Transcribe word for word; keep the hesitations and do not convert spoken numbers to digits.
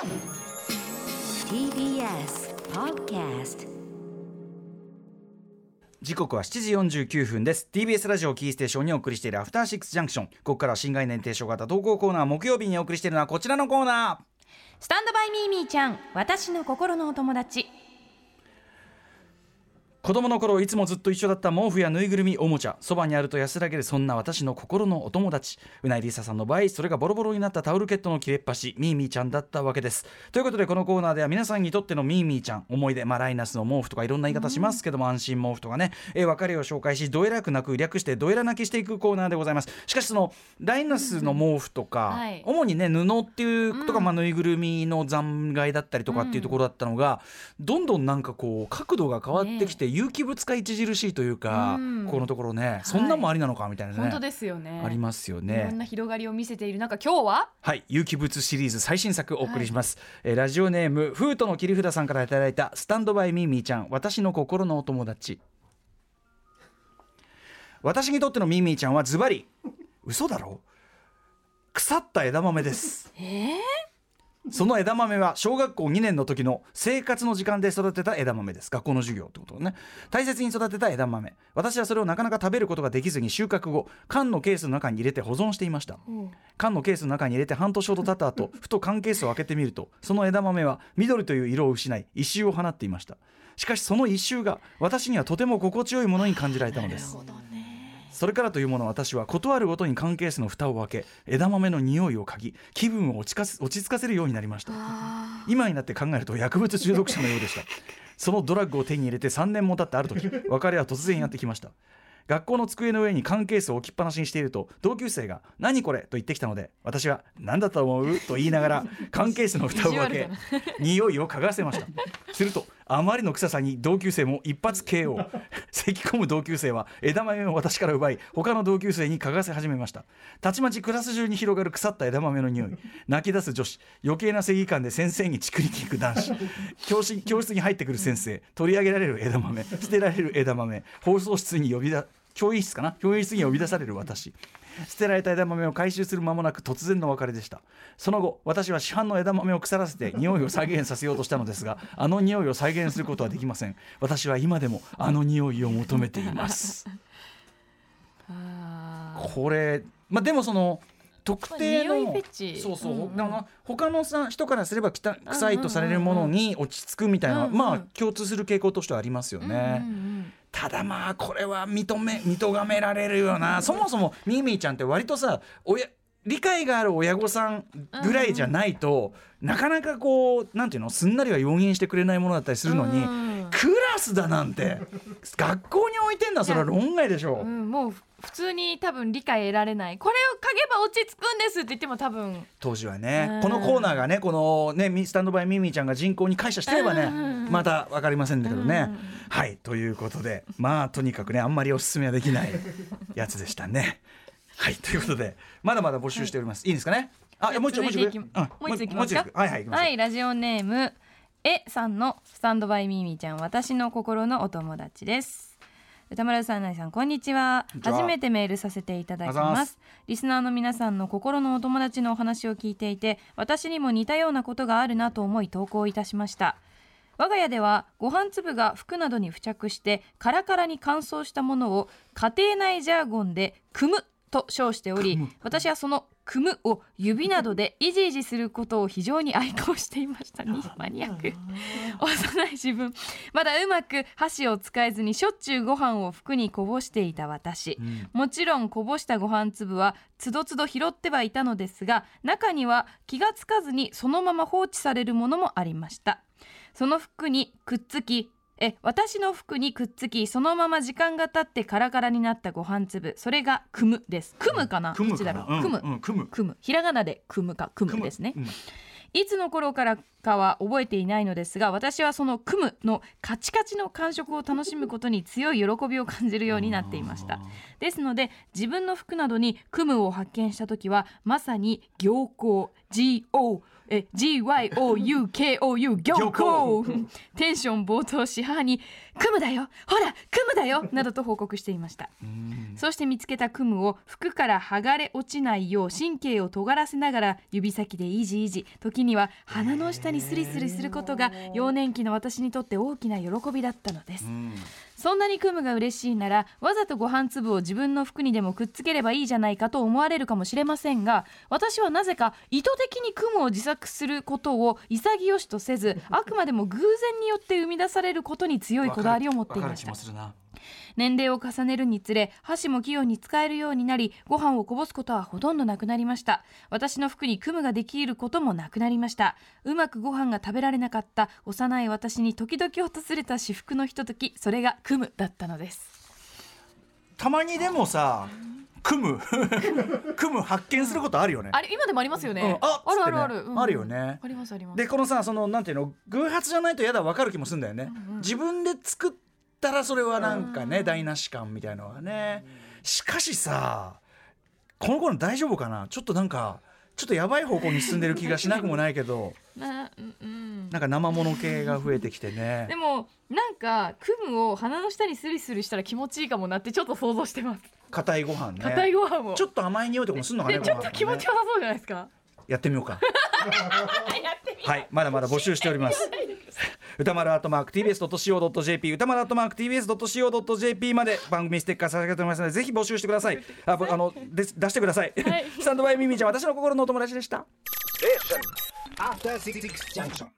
ティービーエス Podcast。 時刻はしちじよんじゅうきゅうふんです。 ティービーエス ラジオキーステーションにお送りしているアフターシックスジャンクション。ここからは新概念提唱型投稿コーナー。木曜日にお送りしているのはこちらのコーナー、 スタンドバイミーミーちゃん、私の心のお友達。 子供の頃いつもずっと一緒だった毛布やぬいぐるみ、おもちゃ、そばにあると安らげる、そんな私の心のお友達。うないりささんの場合、それがボロボロになったタオルケットの切れっ端、ミーミーちゃんだったわけです。ということでこのコーナーでは皆さんにとってのミーミーちゃん、思い出、まあ、ライナスの毛布とかいろんな言い方しますけども、安心毛布とかね、えー、別れを紹介し、どえらく泣く、略してどえら泣きしていくコーナーでございます。しかしそのライナスの毛布とか、 うんはい、 主にね布っていうとか、まあ、ぬいぐるみの残骸だったりとかっていうところだったのが、うん、どんどんなんかこう角度が変わってきて、ね、有機物化著しいというか、うん、このところね、はい、そんなんもありなのかみたいなね、 本当ですよね、 ありますよね。 いろんな広がりを見せている中、今日ははい有機物シリーズ最新作をお送りします、はい、えー、ラジオネームフートの切り札さんからいただいたスタンドバイミーミーちゃん、私の心のお友達。私にとってのミーミーちゃんはズバリ嘘だろ、腐った枝豆です。 えーその枝豆は小学校にねんの時の生活の時間で育てた枝豆です。学校の授業ってことね。大切に育てた枝豆、私はそれをなかなか食べることができずに、収穫後缶のケースの中に入れて保存していました。缶のケースの中に入れて半年ほど経った後、ふと缶ケースを開けてみると、その枝豆は緑という色を失い異臭を放っていました。しかしその異臭が私にはとても心地よいものに感じられたのです。それからというもの、私は断るごとに缶ケースの蓋を開け、枝豆の匂いを嗅ぎ、気分を落ちかす落ち着かせるようになりました。今になって考えると薬物中毒者のようでした。そのドラッグを手に入れてさんねんも経ってある時、別れは突然やってきました。学校の机の上に缶ケースを置きっぱなしにしていると、同級生が何これと言ってきたので、私は何だと思うと言いながら缶ケースの蓋を開け匂いを嗅がせました。するとあまりの臭さに同級生も一発 ケーオー。 咳き込む同級生は枝豆を私から奪い、他の同級生に嗅がせ始めました。たちまちクラス中に広がる腐った枝豆の匂い、泣き出す女子、余計な正義感で先生にチクりに行く男子、教室、教室に入ってくる先生、取り上げられる枝豆、捨てられる枝豆、放送室に呼び出教員室かな教員室に呼び出される私、捨てられた枝豆を回収する間もなく突然の別れでした。その後私は市販の枝豆を腐らせて匂いを再現させようとしたのですが、あの匂いを再現することはできません。私は今でもあの匂いを求めていますこれ、まあ、でもその特定の匂いフェチ、 そうそう、 うんうん、 だから他のさ人からすれば汚臭いとされるものに落ち着くみたいなのは、うんうん、まあ共通する傾向としてはありますよね、うんうんうん。ただまあこれは認め認められるよな。そもそもミーミーちゃんって割とさ、親理解がある親御さんぐらいじゃないと、うん、なかなかこうなんていうの、すんなりは容認してくれないものだったりするのに、うん、クラスだなんて学校に置いてんのはそれは論外でしょう、 うん、もう普通に多分理解得られない。これを嗅げば落ち着くんですって言っても多分当時はね、このコーナーがね、このねスタンドバイミーミーちゃんが人口に感謝してればね、また分かりませんけどね。はいということで、まあとにかくねあんまりおすすめはできないやつでしたね。はいということでまだまだ募集しております、はい、いいんですかね。あもう一度もう一度もう一度いきますか。 はいはい、 はい、ラジオネームえさんのスタンドバイミーミーちゃん、私の心のお友達です。歌丸さん、なりさん、こんにちは。初めてメールさせていただきます。リスナーの皆さんの心のお友達のお話を聞いていて、私にも似たようなことがあるなと思い投稿いたしました。我が家ではご飯粒が服などに付着してカラカラに乾燥したものを家庭内ジャーゴンでクムと称しており、私はそのクムを指などでイジイジすることを非常に愛好していました。マニアック。幼い自分、まだうまく箸を使えずにしょっちゅうご飯を服にこぼしていた私、うん、もちろんこぼしたご飯粒はつどつど拾ってはいたのですが、中には気がつかずにそのまま放置されるものもありました。その服にくっつきえ私の服にくっつき、そのまま時間が経ってカラカラになったご飯粒、それがクムです。クムかな、 クムかな、クム、 うんうん、クム、 クム、ひらがなでクムかクムですね、うん、いつの頃からかは覚えていないのですが、私はそのクムのカチカチの感触を楽しむことに強い喜びを感じるようになっていました。ですので自分の服などにクムを発見したときは、まさに行幸 ジーオーえ ジーワイオーユーケーオーユー 行行テンション冒頭し母にクムだよほらクムだよなどと報告していました。そして見つけたクムを服から剥がれ落ちないよう神経を尖らせながら指先でいじいじ、時には鼻の下にスリスリすることが幼年期の私にとって大きな喜びだったのです。そんなにクムが嬉しいならわざとご飯粒を自分の服にでもくっつければいいじゃないかと思われるかもしれませんが、私はなぜか意図的にクムを自作することを潔しとせず、あくまでも偶然によって生み出されることに強いこだわりを持っていました。年齢を重ねるにつれ箸も器用に使えるようになり、ご飯をこぼすことはほとんどなくなりました。私の服にクムができることもなくなりました。うまくご飯が食べられなかった幼い私に時々訪れた至福のひととき、それがクムだったのです。 たまにでもさクムクム発見することあるよね。 あれ今でもありますよね、 うん、ああるあるあある、うん、 あるよね。 ありますあります。 でこのさそのなんていうの偶発じゃないとやだ分かる気もするんだよね、うんうん、自分で作ったらそれはなんかね台無し感みたいなのがね。しかしさこの頃大丈夫かな、ちょっとなんかちょっとやばい方向に進んでる気がしなくもないけどな, うん、なんか生物系が増えてきてね。 でもなんかクムを鼻の下にスリスリしたら気持ちいいかもなってちょっと想像してます。 硬いご飯ね。 硬いご飯をちょっと甘い匂いとかもするのかね。 ちょっと気持ちよさそうじゃないですか。 やってみようかはい、まだまだ募集しております歌丸アットマーク ティービーエスドットシーオードットジェーピー 歌丸アットマーク ティービーエスドットシーオードットジェーピー まで番組ステッカー差し上げておりますのでぜひ募集してください。ああので出してください、はい、スタンドバイミミちゃん私の心のお友達でした。